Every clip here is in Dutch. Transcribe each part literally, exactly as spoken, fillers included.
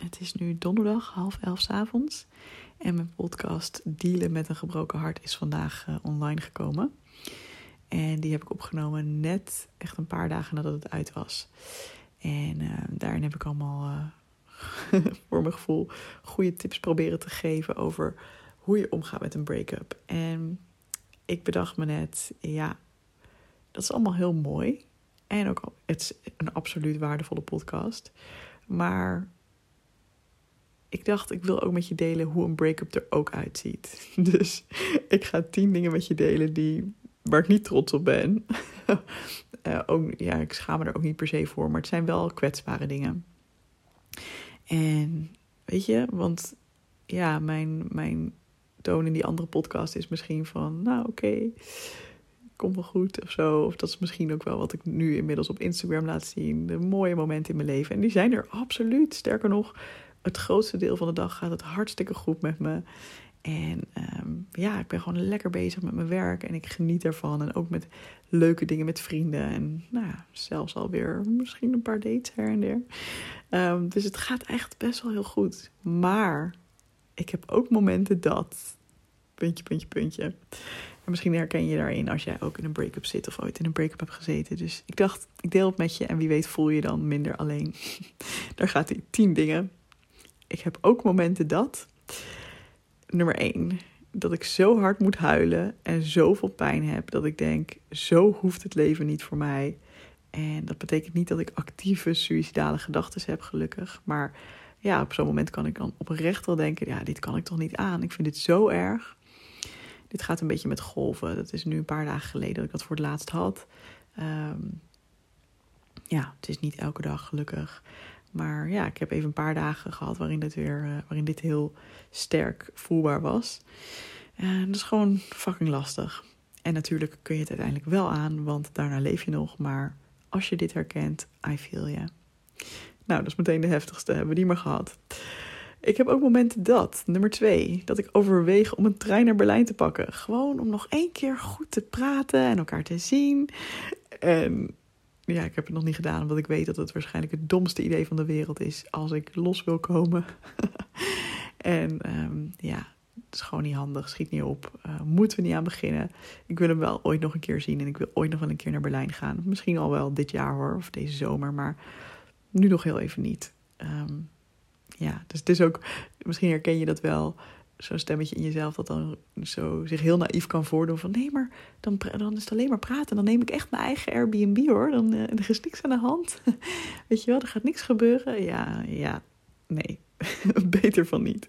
het is nu donderdag, half elf 's avonds. En mijn podcast Dealen met een gebroken hart is vandaag uh, online gekomen. En die heb ik opgenomen net echt een paar dagen nadat het uit was. En uh, daarin heb ik allemaal, uh, voor mijn gevoel, goede tips proberen te geven over hoe je omgaat met een break-up. En ik bedacht me net, ja, dat is allemaal heel mooi. En ook, het is een absoluut waardevolle podcast. Maar ik dacht, ik wil ook met je delen hoe een break-up er ook uitziet. Dus ik ga tien dingen met je delen die, waar ik niet trots op ben. uh, ook, ja, ik schaam me er ook niet per se voor, maar het zijn wel kwetsbare dingen. En weet je, want ja, mijn, mijn toon in die andere podcast is misschien van, nou oké, okay, komt wel goed of zo. Of dat is misschien ook wel wat ik nu inmiddels op Instagram laat zien. De mooie momenten in mijn leven. En die zijn er absoluut. Sterker nog, het grootste deel van de dag gaat het hartstikke goed met me. En um, ja, ik ben gewoon lekker bezig met mijn werk. En ik geniet ervan. En ook met leuke dingen met vrienden. En nou ja, zelfs alweer misschien een paar dates her en der. Um, dus het gaat echt best wel heel goed. Maar ik heb ook momenten dat... Puntje, puntje, puntje. En misschien herken je daarin als jij ook in een break-up zit of ooit in een break-up hebt gezeten. Dus ik dacht, ik deel het met je en wie weet voel je dan minder alleen. Daar gaat die tien dingen. Ik heb ook momenten dat... Nummer één, dat ik zo hard moet huilen en zoveel pijn heb dat ik denk, zo hoeft het leven niet voor mij. En dat betekent niet dat ik actieve suïcidale gedachten heb, gelukkig. Maar ja, op zo'n moment kan ik dan oprecht wel denken, ja, dit kan ik toch niet aan. Ik vind dit zo erg. Dit gaat een beetje met golven. Dat is nu een paar dagen geleden dat ik dat voor het laatst had. Um, ja, het is niet elke dag gelukkig. Maar ja, ik heb even een paar dagen gehad waarin dit, weer, uh, waarin dit heel sterk voelbaar was. En dat is gewoon fucking lastig. En natuurlijk kun je het uiteindelijk wel aan, want daarna leef je nog. Maar als je dit herkent, I feel you. Nou, dat is meteen de heftigste, hebben we die maar gehad. Ik heb ook momenten dat, nummer twee, dat ik overweeg om een trein naar Berlijn te pakken. Gewoon om nog één keer goed te praten en elkaar te zien. En ja, ik heb het nog niet gedaan, omdat ik weet dat het waarschijnlijk het domste idee van de wereld is als ik los wil komen. en um, ja, het is gewoon niet handig, schiet niet op. Uh, moeten we niet aan beginnen. Ik wil hem wel ooit nog een keer zien en ik wil ooit nog wel een keer naar Berlijn gaan. Misschien al wel dit jaar hoor, of deze zomer, maar nu nog heel even niet. Um, ja, dus het is ook, misschien herken je dat wel, zo'n stemmetje in jezelf dat dan zo zich heel naïef kan voordoen van nee, maar dan, dan is het alleen maar praten. Dan neem ik echt mijn eigen Airbnb hoor. Dan uh, er is niks aan de hand. Weet je wel, er gaat niks gebeuren. Ja, ja, nee. Beter van niet.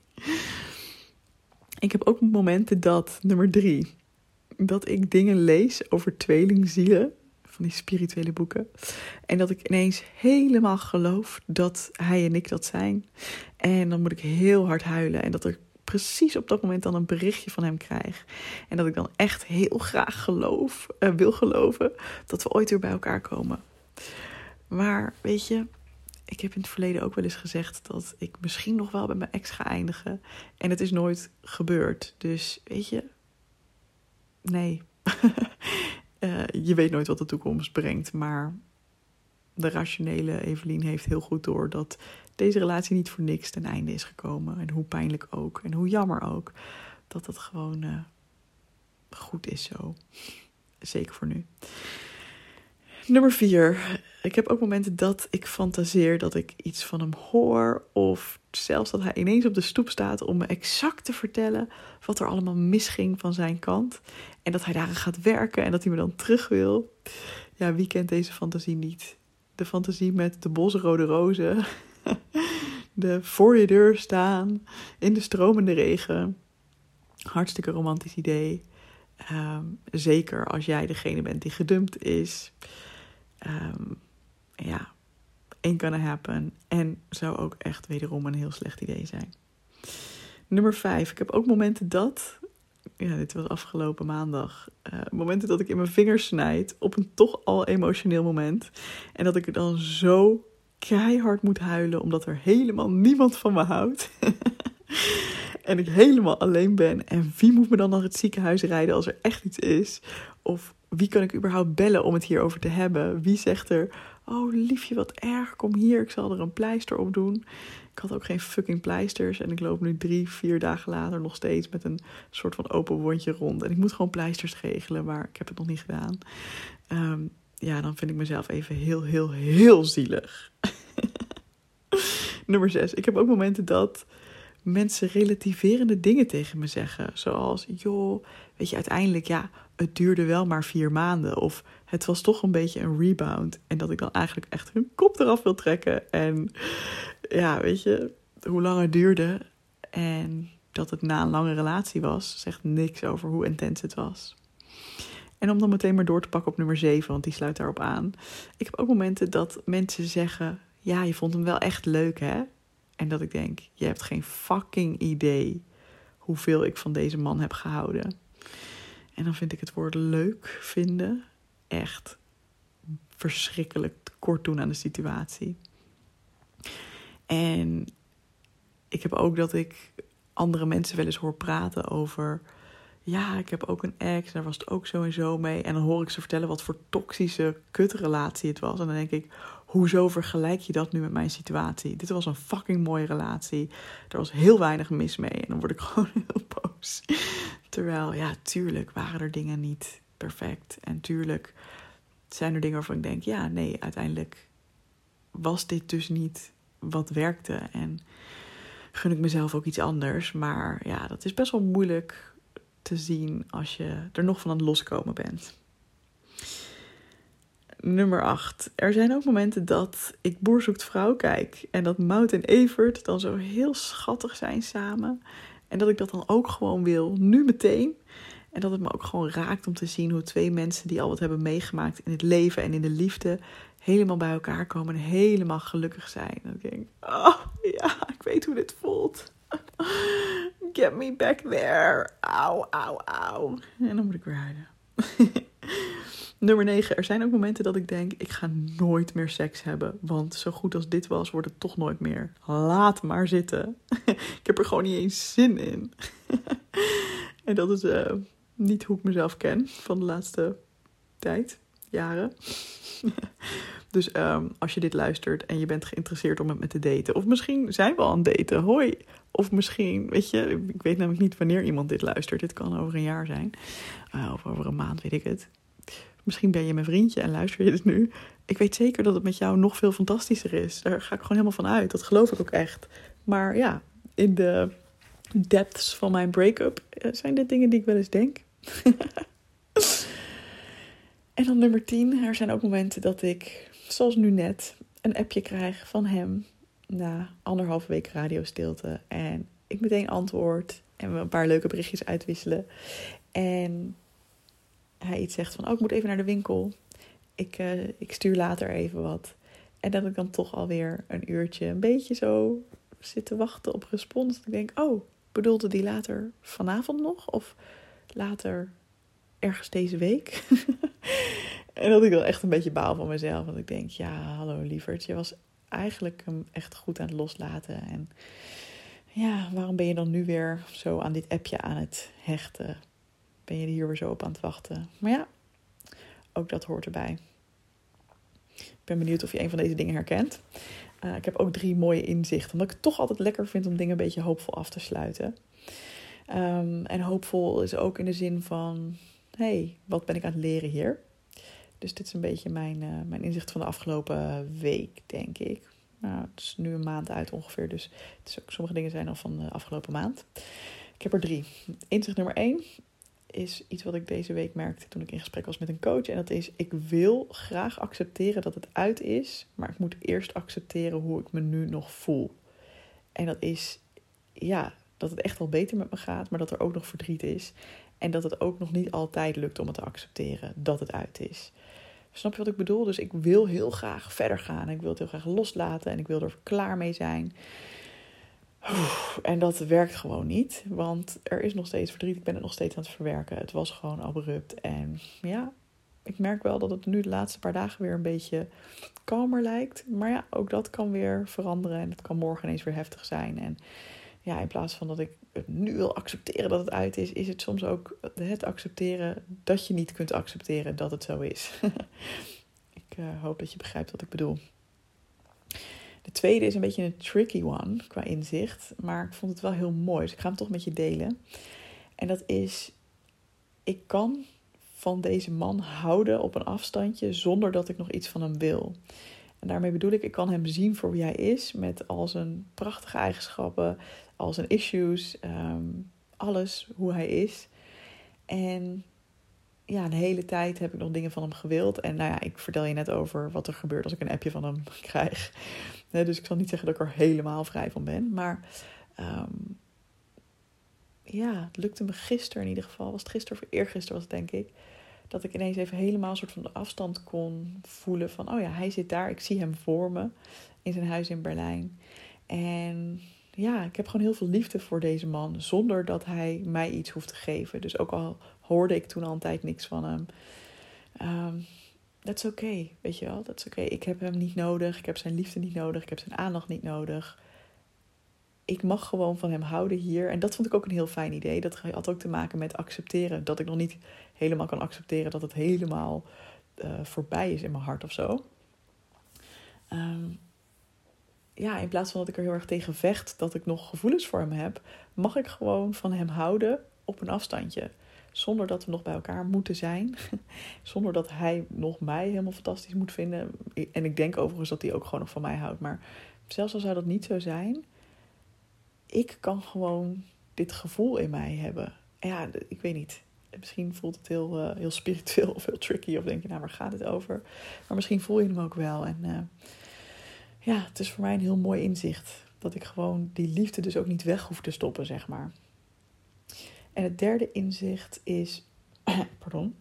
Ik heb ook momenten dat, nummer drie, dat ik dingen lees over tweelingzielen, van die spirituele boeken. En dat ik ineens helemaal geloof dat hij en ik dat zijn. En dan moet ik heel hard huilen. En dat er precies op dat moment dan een berichtje van hem krijg. En dat ik dan echt heel graag geloof, uh, wil geloven dat we ooit weer bij elkaar komen. Maar weet je, ik heb in het verleden ook wel eens gezegd dat ik misschien nog wel bij mijn ex ga eindigen. En het is nooit gebeurd. Dus weet je, nee. uh, je weet nooit wat de toekomst brengt. Maar de rationele Evelien heeft heel goed door dat deze relatie niet voor niks ten einde is gekomen. En hoe pijnlijk ook. En hoe jammer ook. Dat dat gewoon uh, goed is zo. Zeker voor nu. Nummer vier. Ik heb ook momenten dat ik fantaseer dat ik iets van hem hoor. Of zelfs dat hij ineens op de stoep staat om me exact te vertellen wat er allemaal misging van zijn kant. En dat hij daaraan gaat werken en dat hij me dan terug wil. Ja, wie kent deze fantasie niet? De fantasie met de bosrode rozen. De voor je deur staan. In de stromende regen. Hartstikke romantisch idee. Um, zeker als jij degene bent die gedumpt is. Um, ja, ain't gonna happen. En zou ook echt wederom een heel slecht idee zijn. Nummer vijf. Ik heb ook momenten dat... Ja, dit was afgelopen maandag. Uh, momenten dat ik in mijn vingers snijd op een toch al emotioneel moment. En dat ik dan zo keihard moet huilen omdat er helemaal niemand van me houdt. En ik helemaal alleen ben. En wie moet me dan naar het ziekenhuis rijden als er echt iets is? Of wie kan ik überhaupt bellen om het hierover te hebben? Wie zegt er, Oh liefje, wat erg, kom hier, ik zal er een pleister op doen. Ik had ook geen fucking pleisters en ik loop nu drie, vier dagen later nog steeds met een soort van open wondje rond. En ik moet gewoon pleisters regelen, maar ik heb het nog niet gedaan. Um, ja, dan vind ik mezelf even heel, heel, heel zielig. Nummer zes. Ik heb ook momenten dat mensen relativerende dingen tegen me zeggen. Zoals, joh, weet je, uiteindelijk, ja, het duurde wel maar vier maanden. Of het was toch een beetje een rebound. En dat ik dan eigenlijk echt hun kop eraf wil trekken. En ja, weet je, hoe lang het duurde en dat het na een lange relatie was, zegt niks over hoe intens het was. En om dan meteen maar door te pakken op nummer zeven, want die sluit daarop aan. Ik heb ook momenten dat mensen zeggen, ja, je vond hem wel echt leuk, hè? En dat ik denk, je hebt geen fucking idee hoeveel ik van deze man heb gehouden. En dan vind ik het woord leuk vinden echt verschrikkelijk kort doen aan de situatie. En ik heb ook dat ik andere mensen wel eens hoor praten over, ja, ik heb ook een ex, daar was het ook zo en zo mee. En dan hoor ik ze vertellen wat voor toxische kutrelatie het was. En dan denk ik, hoezo vergelijk je dat nu met mijn situatie? Dit was een fucking mooie relatie. Er was heel weinig mis mee. En dan word ik gewoon heel boos. Terwijl, ja, tuurlijk waren er dingen niet perfect. En tuurlijk zijn er dingen waarvan ik denk, ja, nee, uiteindelijk was dit dus niet wat werkte. En gun ik mezelf ook iets anders. Maar ja, dat is best wel moeilijk te zien als je er nog van aan het loskomen bent. Nummer acht. Er zijn ook momenten dat ik Boer zoekt vrouw kijk. En dat Maud en Evert dan zo heel schattig zijn samen. En dat ik dat dan ook gewoon wil. Nu meteen. En dat het me ook gewoon raakt om te zien hoe twee mensen die al wat hebben meegemaakt in het leven en in de liefde helemaal bij elkaar komen en helemaal gelukkig zijn. En ik denk, oh ja, ik weet hoe dit voelt. Get me back there. Auw, auw, auw. En dan moet ik weer huilen. Nummer negen. Er zijn ook momenten dat ik denk, ik ga nooit meer seks hebben. Want zo goed als dit was, wordt het toch nooit meer. Laat maar zitten. Ik heb er gewoon niet eens zin in. En dat is uh, niet hoe ik mezelf ken van de laatste tijd, jaren. Dus um, als je dit luistert en je bent geïnteresseerd om met me te daten. Of misschien zijn we al aan het daten. Hoi. Of misschien, weet je, ik weet namelijk niet wanneer iemand dit luistert. Dit kan over een jaar zijn. Uh, of over een maand, weet ik het. Misschien ben je mijn vriendje en luister je dit nu. Ik weet zeker dat het met jou nog veel fantastischer is. Daar ga ik gewoon helemaal van uit. Dat geloof ik ook echt. Maar ja, in de depths van mijn break-up zijn dit dingen die ik wel eens denk. En dan nummer tien. Er zijn ook momenten dat ik, zoals nu net, een appje krijg van hem na anderhalve week radiostilte. En ik meteen antwoord en we een paar leuke berichtjes uitwisselen. En hij iets zegt van, oh, ik moet even naar de winkel. Ik, uh, ik stuur later even wat. En dat ik dan toch alweer een uurtje een beetje zo zit te wachten op respons. Ik denk, oh, bedoelde die later vanavond nog? Of later ergens deze week? En dat ik dan echt een beetje baal van mezelf. Want ik denk, ja, hallo lieverd. Je was eigenlijk hem echt goed aan het loslaten. En ja, waarom ben je dan nu weer zo aan dit appje aan het hechten? Ben je hier weer zo op aan het wachten? Maar ja, ook dat hoort erbij. Ik ben benieuwd of je een van deze dingen herkent. Uh, ik heb ook drie mooie inzichten. Omdat ik het toch altijd lekker vind om dingen een beetje hoopvol af te sluiten. Um, en hoopvol is ook in de zin van, hey, wat ben ik aan het leren hier? Dus dit is een beetje mijn, uh, mijn inzicht van de afgelopen week, denk ik. Nou, het is nu een maand uit ongeveer, dus het is ook, sommige dingen zijn al van de afgelopen maand. Ik heb er drie. Inzicht nummer één is iets wat ik deze week merkte toen ik in gesprek was met een coach. En dat is, ik wil graag accepteren dat het uit is, maar ik moet eerst accepteren hoe ik me nu nog voel. En dat is, ja, dat het echt wel beter met me gaat, maar dat er ook nog verdriet is. En dat het ook nog niet altijd lukt om het te accepteren dat het uit is. Snap je wat ik bedoel? Dus ik wil heel graag verder gaan. Ik wil het heel graag loslaten en ik wil er klaar mee zijn. En dat werkt gewoon niet, want er is nog steeds verdriet. Ik ben het nog steeds aan het verwerken. Het was gewoon abrupt. En ja, ik merk wel dat het nu de laatste paar dagen weer een beetje kalmer lijkt. Maar ja, ook dat kan weer veranderen en het kan morgen ineens weer heftig zijn. En ja, in plaats van dat ik het nu wil accepteren dat het uit is, is het soms ook het accepteren dat je niet kunt accepteren dat het zo is. Ik Ik uh, hoop dat je begrijpt wat ik bedoel. De tweede is een beetje een tricky one qua inzicht. Maar ik vond het wel heel mooi. Dus ik ga hem toch met je delen. En dat is... Ik kan van deze man houden op een afstandje zonder dat ik nog iets van hem wil. En daarmee bedoel ik, ik kan hem zien voor wie hij is. Met al zijn prachtige eigenschappen, al zijn issues, um, alles hoe hij is. En ja, een hele tijd heb ik nog dingen van hem gewild. En nou ja, ik vertel je net over wat er gebeurt als ik een appje van hem krijg. Nee, dus ik zal niet zeggen dat ik er helemaal vrij van ben. Maar um, ja, het lukte me gisteren in ieder geval. Was het gisteren of eergisteren was het denk ik. Dat ik ineens even helemaal een soort van de afstand kon voelen van... oh ja, hij zit daar, ik zie hem voor me in zijn huis in Berlijn. En ja, ik heb gewoon heel veel liefde voor deze man... zonder dat hij mij iets hoeft te geven. Dus ook al hoorde ik toen al een tijd niks van hem... Um, dat is oké, okay, weet je wel. Dat is oké. Okay. Ik heb hem niet nodig, ik heb zijn liefde niet nodig... ik heb zijn aandacht niet nodig... Ik mag gewoon van hem houden hier. En dat vond ik ook een heel fijn idee. Dat had ook te maken met accepteren. Dat ik nog niet helemaal kan accepteren dat het helemaal uh, voorbij is in mijn hart of zo. Um, ja, in plaats van dat ik er heel erg tegen vecht dat ik nog gevoelens voor hem heb, mag ik gewoon van hem houden op een afstandje. Zonder dat we nog bij elkaar moeten zijn. Zonder dat hij nog mij helemaal fantastisch moet vinden. En ik denk overigens dat hij ook gewoon nog van mij houdt. Maar zelfs al zou dat niet zo zijn... Ik kan gewoon dit gevoel in mij hebben. Ja, ik weet niet. Misschien voelt het heel, uh, heel spiritueel of heel tricky. Of denk je, nou, waar gaat het over? Maar misschien voel je hem ook wel. En uh, ja, het is voor mij een heel mooi inzicht. Dat ik gewoon die liefde dus ook niet weg hoef te stoppen, zeg maar. En het derde inzicht is... pardon.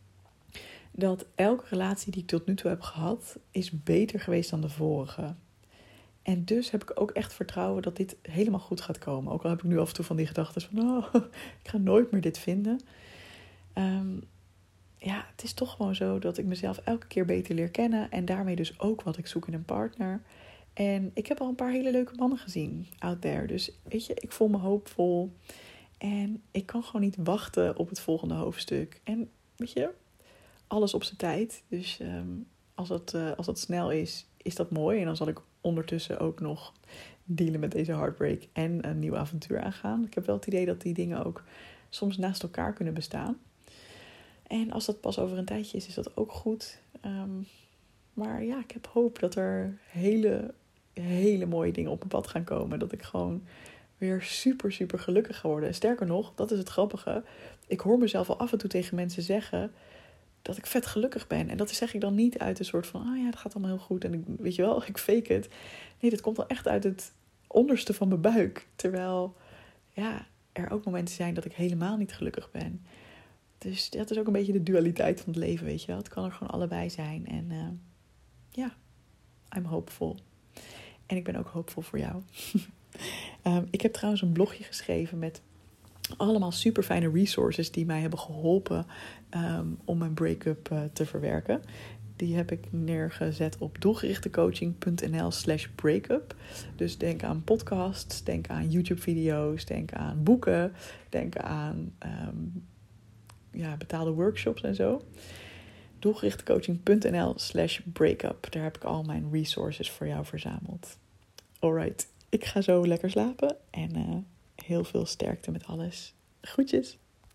Dat elke relatie die ik tot nu toe heb gehad... is beter geweest dan de vorige. En dus heb ik ook echt vertrouwen dat dit helemaal goed gaat komen. Ook al heb ik nu af en toe van die gedachten van... oh, ik ga nooit meer dit vinden. Um, ja, het is toch gewoon zo dat ik mezelf elke keer beter leer kennen. En daarmee dus ook wat ik zoek in een partner. En ik heb al een paar hele leuke mannen gezien out there. Dus weet je, ik voel me hoopvol. En ik kan gewoon niet wachten op het volgende hoofdstuk. En weet je, alles op zijn tijd. Dus um, als, dat, uh, als dat snel is, is dat mooi. En dan zal ik ondertussen ook nog dealen met deze heartbreak en een nieuw avontuur aangaan. Ik heb wel het idee dat die dingen ook soms naast elkaar kunnen bestaan. En als dat pas over een tijdje is, is dat ook goed. Um, maar ja, ik heb hoop dat er hele, hele mooie dingen op mijn pad gaan komen. Dat ik gewoon weer super, super gelukkig ga worden. En sterker nog, dat is het grappige. Ik hoor mezelf al af en toe tegen mensen zeggen dat ik vet gelukkig ben. En dat zeg ik dan niet uit een soort van... ah ja, dat gaat allemaal heel goed. En ik, weet je wel, ik fake het. Nee, dat komt wel echt uit het onderste van mijn buik. Terwijl, ja, er ook momenten zijn dat ik helemaal niet gelukkig ben. Dus dat is ook een beetje de dualiteit van het leven, weet je wel. Het kan er gewoon allebei zijn. En uh, ja, I'm hopeful. En ik ben ook hoopvol voor jou. um, ik heb trouwens een blogje geschreven met... allemaal super fijne resources die mij hebben geholpen um, om mijn break-up uh, te verwerken. Die heb ik neergezet op doelgerichtecoaching.nl slash breakup. Dus denk aan podcasts, denk aan YouTube-video's, denk aan boeken, denk aan um, ja, betaalde workshops en zo. doelgerichtecoaching.nl slash breakup. Daar heb ik al mijn resources voor jou verzameld. Alright, ik ga zo lekker slapen en... Uh, heel veel sterkte met alles. Groetjes.